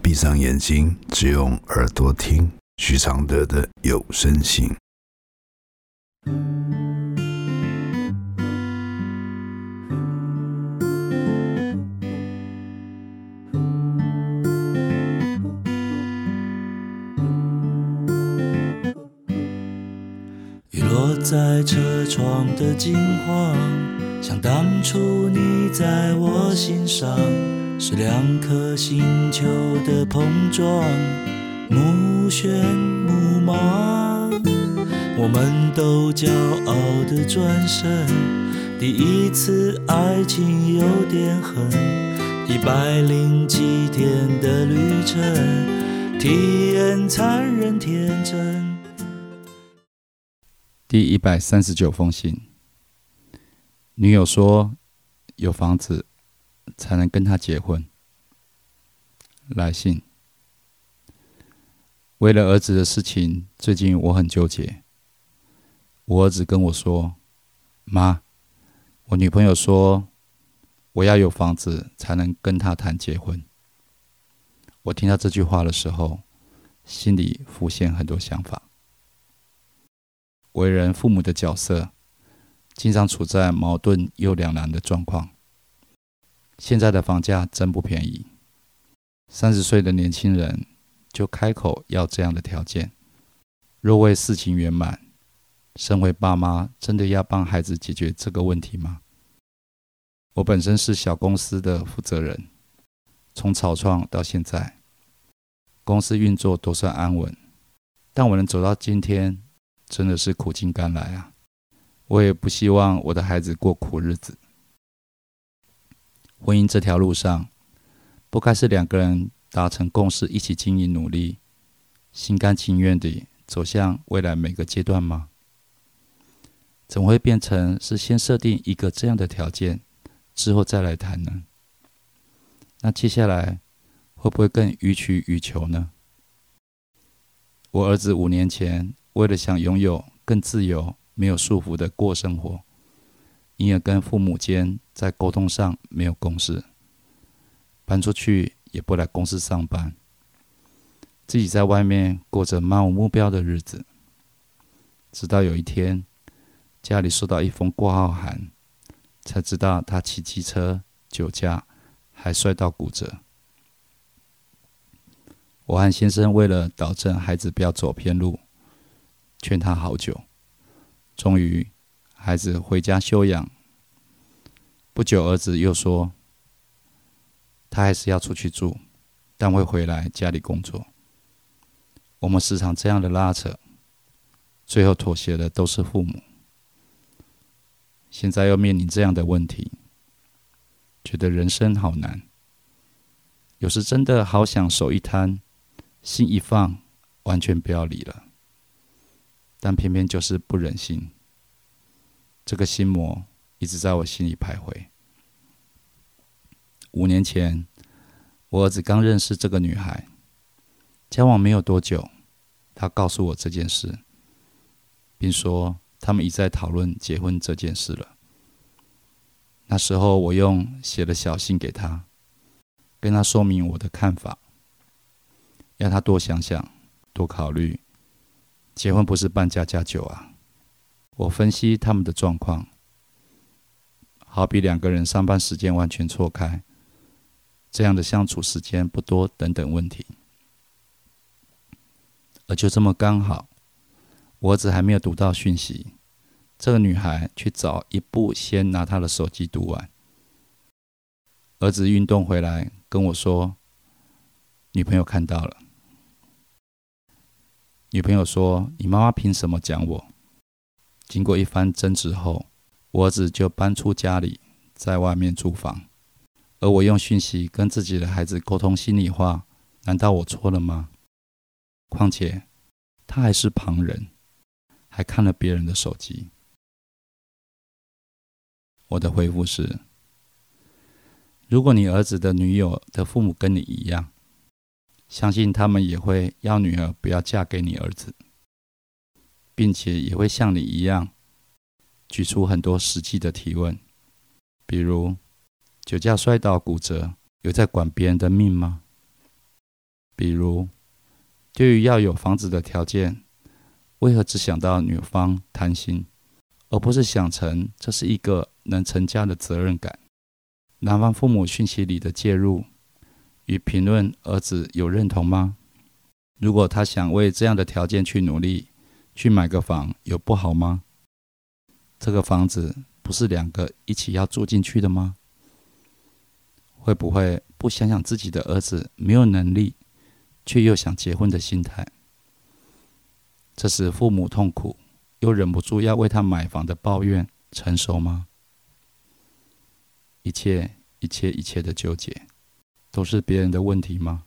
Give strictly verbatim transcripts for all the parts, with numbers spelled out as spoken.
闭上眼睛，只用耳朵听许常德的有声信。 雨落在车窗的金黄，像当初你在我心上，是两颗星球的碰撞，目眩目盲。我们都骄傲地转身，第一次爱情有点狠，一百零七天的旅程，体验残忍天真。 第一百三十九封信。女友说有房子才能跟她结婚。来信。为了儿子的事情，最近我很纠结。我儿子跟我说，妈，我女朋友说我要有房子才能跟她谈结婚。我听到这句话的时候，心里浮现很多想法。为人父母的角色，经常处在矛盾又两难的状况。现在的房价真不便宜，三十岁的年轻人就开口要这样的条件，若为事情圆满，身为爸妈真的要帮孩子解决这个问题吗？我本身是小公司的负责人，从草创到现在，公司运作都算安稳，但我能走到今天，真的是苦尽甘来啊！我也不希望我的孩子过苦日子。婚姻这条路上，不该是两个人达成共识，一起经营努力，心甘情愿地走向未来每个阶段吗？怎么会变成是先设定一个这样的条件，之后再来谈呢？那接下来会不会更予取予求呢？我儿子五年前为了想拥有更自由、没有束缚的过生活，因而跟父母间在沟通上没有共识，搬出去也不来公司上班，自己在外面过着漫无目标的日子。直到有一天，家里收到一封挂号函，才知道他骑机车酒驾，还摔到骨折。我和先生为了导正孩子不要走偏路，劝他好久，终于孩子回家休养。不久儿子又说他还是要出去住，但会回来家里工作。我们时常这样的拉扯，最后妥协的都是父母。现在又面临这样的问题，觉得人生好难。有时真的好想手一摊，心一放，完全不要理了，但偏偏就是不忍心。这个心魔一直在我心里徘徊。五年前，我儿子刚认识这个女孩，交往没有多久，他告诉我这件事，并说他们已在讨论结婚这件事了。那时候我用写了小信给他，跟他说明我的看法，要他多想想，多考虑，结婚不是办家家酒啊。我分析他们的状况，好比两个人上班时间完全错开，这样的相处时间不多等等问题。而就这么刚好，我儿子还没有读到讯息，这个女孩却早一步先拿他的手机读完。儿子运动回来跟我说，女朋友看到了。女朋友说，你妈妈凭什么讲我？经过一番争执后，我儿子就搬出家里，在外面租房。而我用讯息跟自己的孩子沟通心里话，难道我错了吗？况且他还是旁人，还看了别人的手机。我的回复是，如果你儿子的女友的父母跟你一样，相信他们也会要女儿不要嫁给你儿子，并且也会像你一样举出很多实际的提问，比如酒驾摔倒骨折，有在管别人的命吗？ 比如，对于要有房子的条件，为何只想到女方贪心，而不是想成这是一个能成家的责任感？男方父母讯息里的介入与评论儿子有认同吗？如果他想为这样的条件去努力，去买个房，有不好吗？这个房子不是两个一起要住进去的吗？会不会不想想自己的儿子没有能力，却又想结婚的心态？这时父母痛苦，又忍不住要为他买房的抱怨，成熟吗？一切一切一切的纠结，都是别人的问题吗？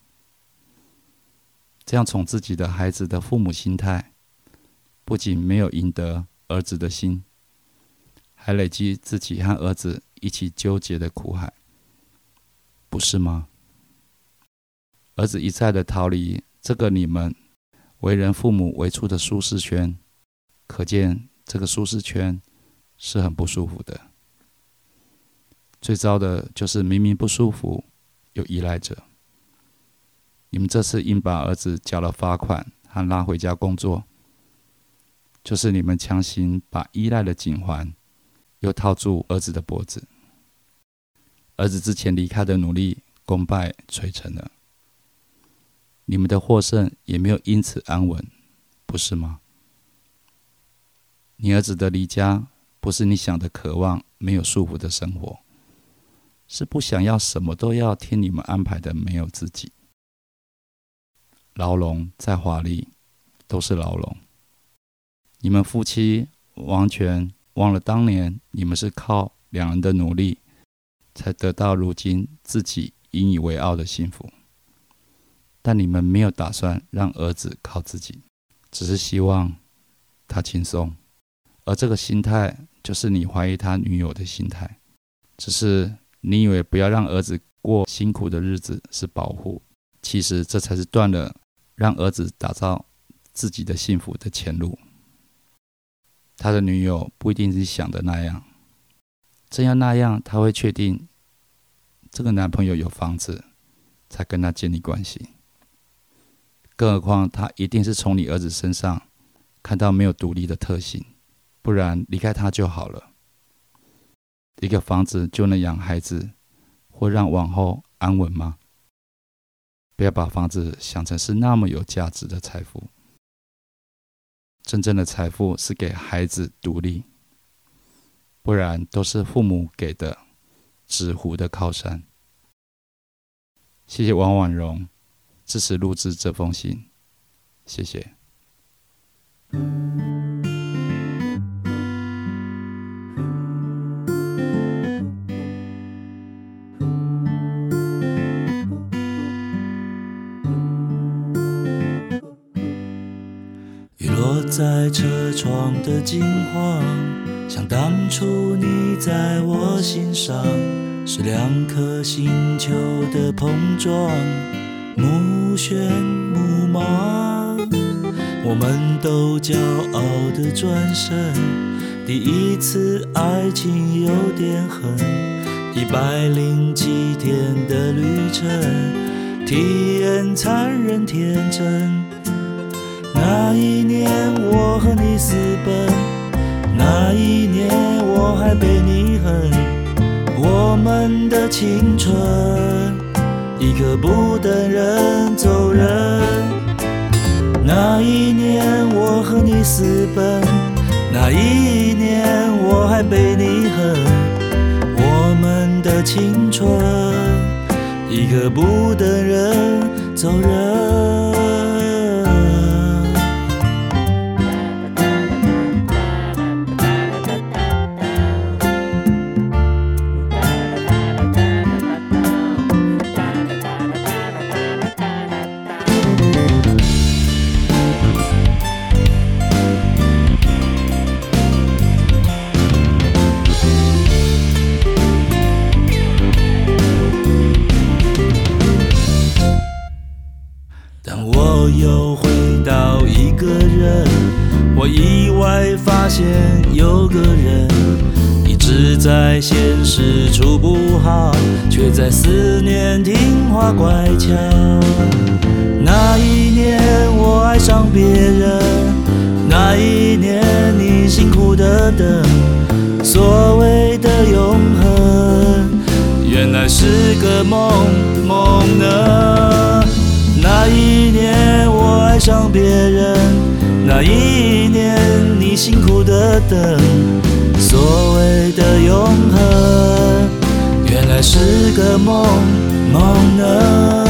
这样宠自己的孩子的父母心态，不仅没有赢得儿子的心，还累积自己和儿子一起纠结的苦海，不是吗？儿子一再的逃离这个你们为人父母为出的舒适圈，可见这个舒适圈是很不舒服的。最糟的就是明明不舒服，又依赖着。你们这次硬把儿子缴了罚款和拉回家工作，就是你们强行把依赖的颈环又套住儿子的脖子。儿子之前离开的努力功败垂成了，你们的获胜也没有因此安稳，不是吗？你儿子的离家不是你想的渴望没有束缚的生活，是不想要什么都要听你们安排的没有自己。牢笼再华丽都是牢笼，你们夫妻完全忘了当年你们是靠两人的努力才得到如今自己引以为傲的幸福。但你们没有打算让儿子靠自己，只是希望他轻松。而这个心态就是你怀疑他女友的心态，只是你以为不要让儿子过辛苦的日子是保护，其实这才是断了让儿子打造自己的幸福的前路。他的女友不一定是想的那样，真要那样，他会确定这个男朋友有房子才跟他建立关系。更何况他一定是从你儿子身上看到没有独立的特性，不然离开他就好了。一个房子就能养孩子，或让往后安稳吗？不要把房子想成是那么有价值的财富。真正的财富是给孩子独立，不然都是父母给的纸糊的靠山。谢谢王婉容支持录制这封信，谢谢。 雨落在车窗的金黄，像当初你在我心上，是两颗星球的碰撞，目眩目盲。我们都骄傲地转身，第一次爱情有点狠，一百零七天的旅程，体验残忍天真。那一年我和你私奔，那一年我还被你恨，我们的青春一刻不等人走人。那一年我和你私奔，那一年我还被你恨，我们的青春一刻不等人走人。当我又回到一个人，我意外发现有个人一直在现实处不好，却在思念听话乖巧。 别人。那一年你辛苦的等，所谓的永恒，原来是个梦梦呢。那一年我爱上别人，那一年你辛苦的等，所谓的永恒，原来是个梦梦呢。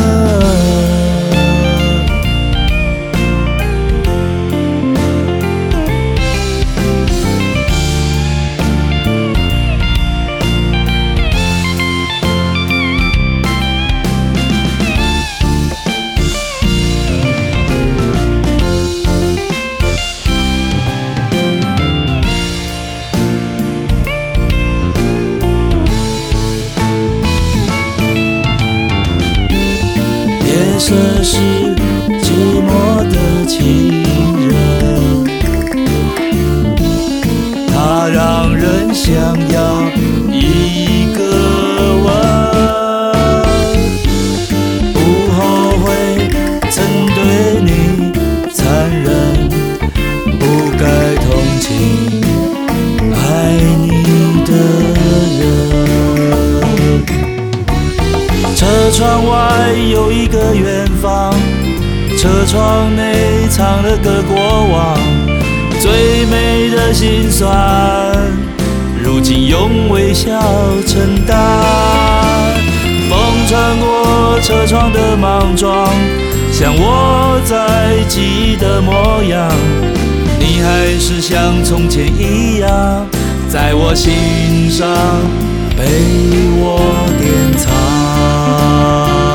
夜色是寂寞的情人，它让人想要一个吻，不后悔曾对你残忍，不该同情爱你的人。车窗外有一个远方，车窗内藏了个过往，最美的心酸，如今用微笑承担。风穿过车窗的莽撞，像我在记忆的模样，你还是像从前一样，在我心上被我典藏。